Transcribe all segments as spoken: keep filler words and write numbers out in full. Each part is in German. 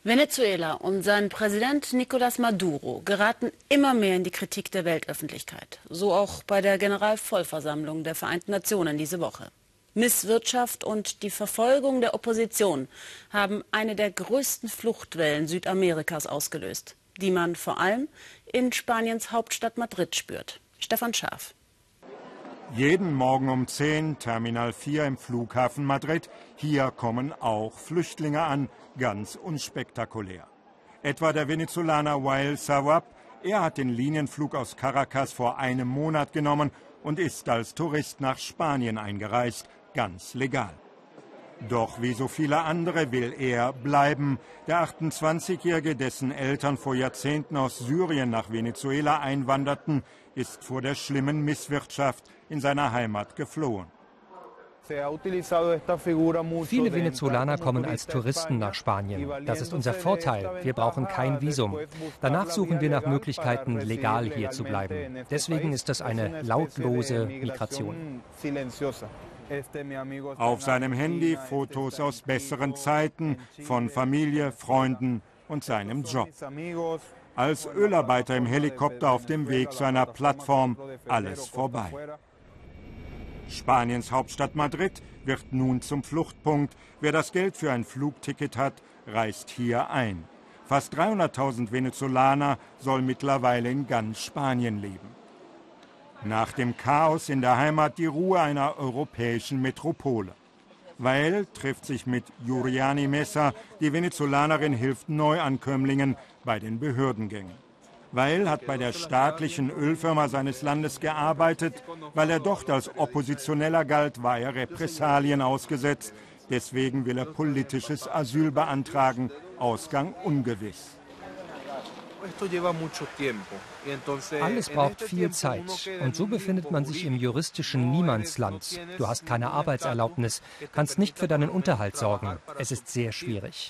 Venezuela und sein Präsident Nicolás Maduro geraten immer mehr in die Kritik der Weltöffentlichkeit. So auch bei der Generalvollversammlung der Vereinten Nationen diese Woche. Misswirtschaft und die Verfolgung der Opposition haben eine der größten Fluchtwellen Südamerikas ausgelöst, die man vor allem in Spaniens Hauptstadt Madrid spürt. Stefan Scharf. Jeden Morgen um zehn, Terminal vier im Flughafen Madrid. Hier kommen auch Flüchtlinge an, ganz unspektakulär. Etwa der Venezolaner Wael Sawab. Er hat den Linienflug aus Caracas vor einem Monat genommen und ist als Tourist nach Spanien eingereist, ganz legal. Doch wie so viele andere will er bleiben. Der achtundzwanzigjährige, dessen Eltern vor Jahrzehnten aus Syrien nach Venezuela einwanderten, ist vor der schlimmen Misswirtschaft in seiner Heimat geflohen. Viele Venezolaner kommen als Touristen nach Spanien. Das ist unser Vorteil. Wir brauchen kein Visum. Danach suchen wir nach Möglichkeiten, legal hier zu bleiben. Deswegen ist das eine lautlose Migration. Auf seinem Handy Fotos aus besseren Zeiten von Familie, Freunden und seinem Job. Als Ölarbeiter im Helikopter auf dem Weg zu einer Plattform, alles vorbei. Spaniens Hauptstadt Madrid wird nun zum Fluchtpunkt. Wer das Geld für ein Flugticket hat, reist hier ein. Fast dreihunderttausend Venezolaner sollen mittlerweile in ganz Spanien leben. Nach dem Chaos in der Heimat die Ruhe einer europäischen Metropole. Wael trifft sich mit Yuriani Mesa. Die Venezolanerin hilft Neuankömmlingen bei den Behördengängen. Wael hat bei der staatlichen Ölfirma seines Landes gearbeitet. Weil er dort als Oppositioneller galt, war er Repressalien ausgesetzt. Deswegen will er politisches Asyl beantragen. Ausgang ungewiss. Alles braucht viel Zeit. Und so befindet man sich im juristischen Niemandsland. Du hast keine Arbeitserlaubnis, kannst nicht für deinen Unterhalt sorgen. Es ist sehr schwierig.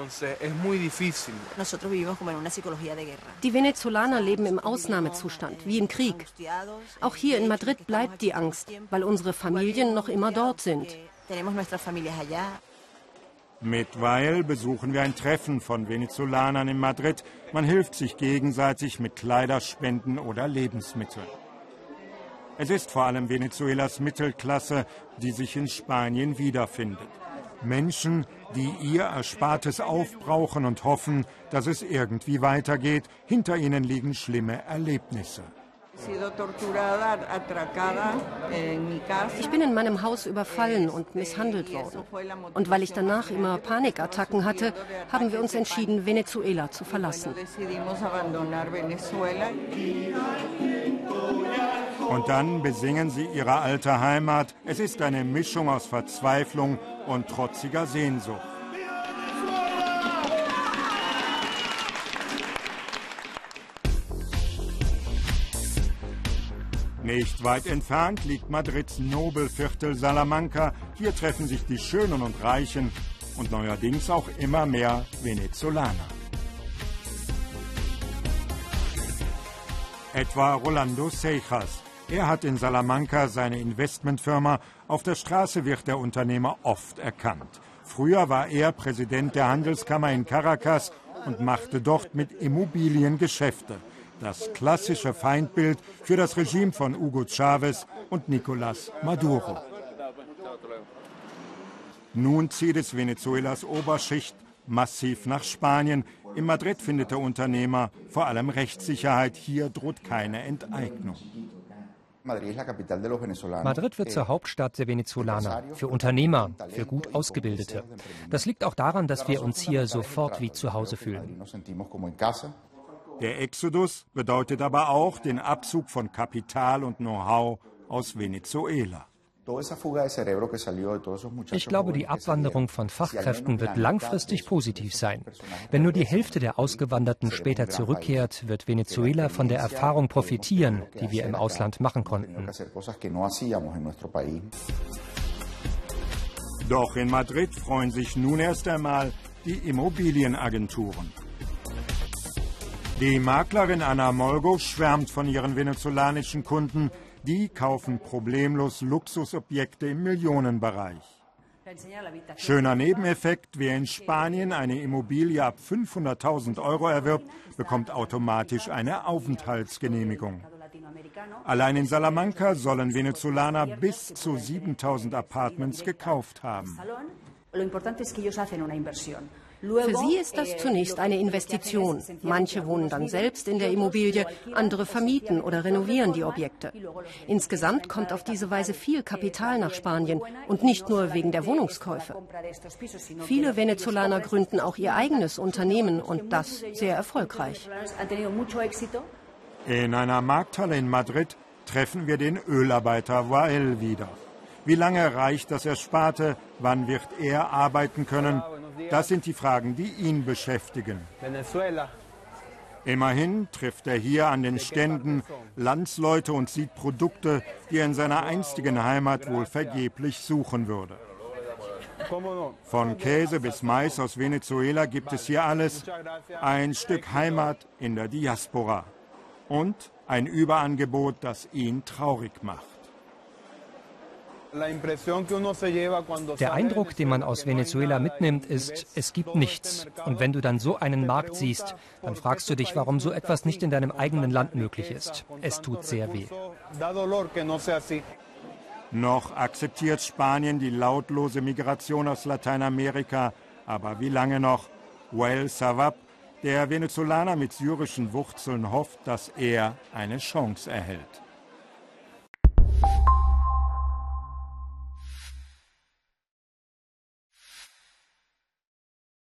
Die Venezolaner leben im Ausnahmezustand, wie im Krieg. Auch hier in Madrid bleibt die Angst, weil unsere Familien noch immer dort sind. Mit Wael besuchen wir ein Treffen von Venezolanern in Madrid. Man hilft sich gegenseitig mit Kleiderspenden oder Lebensmitteln. Es ist vor allem Venezuelas Mittelklasse, die sich in Spanien wiederfindet. Menschen, die ihr Erspartes aufbrauchen und hoffen, dass es irgendwie weitergeht. Hinter ihnen liegen schlimme Erlebnisse. Ich bin in meinem Haus überfallen und misshandelt worden. Und weil ich danach immer Panikattacken hatte, haben wir uns entschieden, Venezuela zu verlassen. Und dann besingen sie ihre alte Heimat. Es ist eine Mischung aus Verzweiflung und trotziger Sehnsucht. Nicht weit entfernt liegt Madrids Nobelviertel Salamanca. Hier treffen sich die Schönen und Reichen und neuerdings auch immer mehr Venezolaner. Etwa Rolando Seijas. Er hat in Salamanca seine Investmentfirma. Auf der Straße wird der Unternehmer oft erkannt. Früher war er Präsident der Handelskammer in Caracas und machte dort mit Immobilien Geschäfte. Das klassische Feindbild für das Regime von Hugo Chávez und Nicolás Maduro. Nun zieht es Venezuelas Oberschicht massiv nach Spanien. In Madrid findet der Unternehmer vor allem Rechtssicherheit. Hier droht keine Enteignung. Madrid wird zur Hauptstadt der Venezolaner, für Unternehmer, für gut Ausgebildete. Das liegt auch daran, dass wir uns hier sofort wie zu Hause fühlen. Der Exodus bedeutet aber auch den Abzug von Kapital und Know-how aus Venezuela. Ich glaube, die Abwanderung von Fachkräften wird langfristig positiv sein. Wenn nur die Hälfte der Ausgewanderten später zurückkehrt, wird Venezuela von der Erfahrung profitieren, die wir im Ausland machen konnten. Doch in Madrid freuen sich nun erst einmal die Immobilienagenturen. Die Maklerin Ana Molgo schwärmt von ihren venezolanischen Kunden. Die kaufen problemlos Luxusobjekte im Millionenbereich. Schöner Nebeneffekt: Wer in Spanien eine Immobilie ab fünfhunderttausend Euro erwirbt, bekommt automatisch eine Aufenthaltsgenehmigung. Allein in Salamanca sollen Venezolaner bis zu siebentausend Apartments gekauft haben. Für sie ist das zunächst eine Investition. Manche wohnen dann selbst in der Immobilie, andere vermieten oder renovieren die Objekte. Insgesamt kommt auf diese Weise viel Kapital nach Spanien und nicht nur wegen der Wohnungskäufe. Viele Venezolaner gründen auch ihr eigenes Unternehmen und das sehr erfolgreich. In einer Markthalle in Madrid treffen wir den Ölarbeiter Wael wieder. Wie lange reicht das Ersparte? Wann wird er arbeiten können? Das sind die Fragen, die ihn beschäftigen. Immerhin trifft er hier an den Ständen Landsleute und sieht Produkte, die er in seiner einstigen Heimat wohl vergeblich suchen würde. Von Käse bis Mais aus Venezuela gibt es hier alles. Ein Stück Heimat in der Diaspora. Und ein Überangebot, das ihn traurig macht. Der Eindruck, den man aus Venezuela mitnimmt, ist, es gibt nichts. Und wenn du dann so einen Markt siehst, dann fragst du dich, warum so etwas nicht in deinem eigenen Land möglich ist. Es tut sehr weh. Noch akzeptiert Spanien die lautlose Migration aus Lateinamerika. Aber wie lange noch? Wael Savab, der Venezolaner mit syrischen Wurzeln, hofft, dass er eine Chance erhält.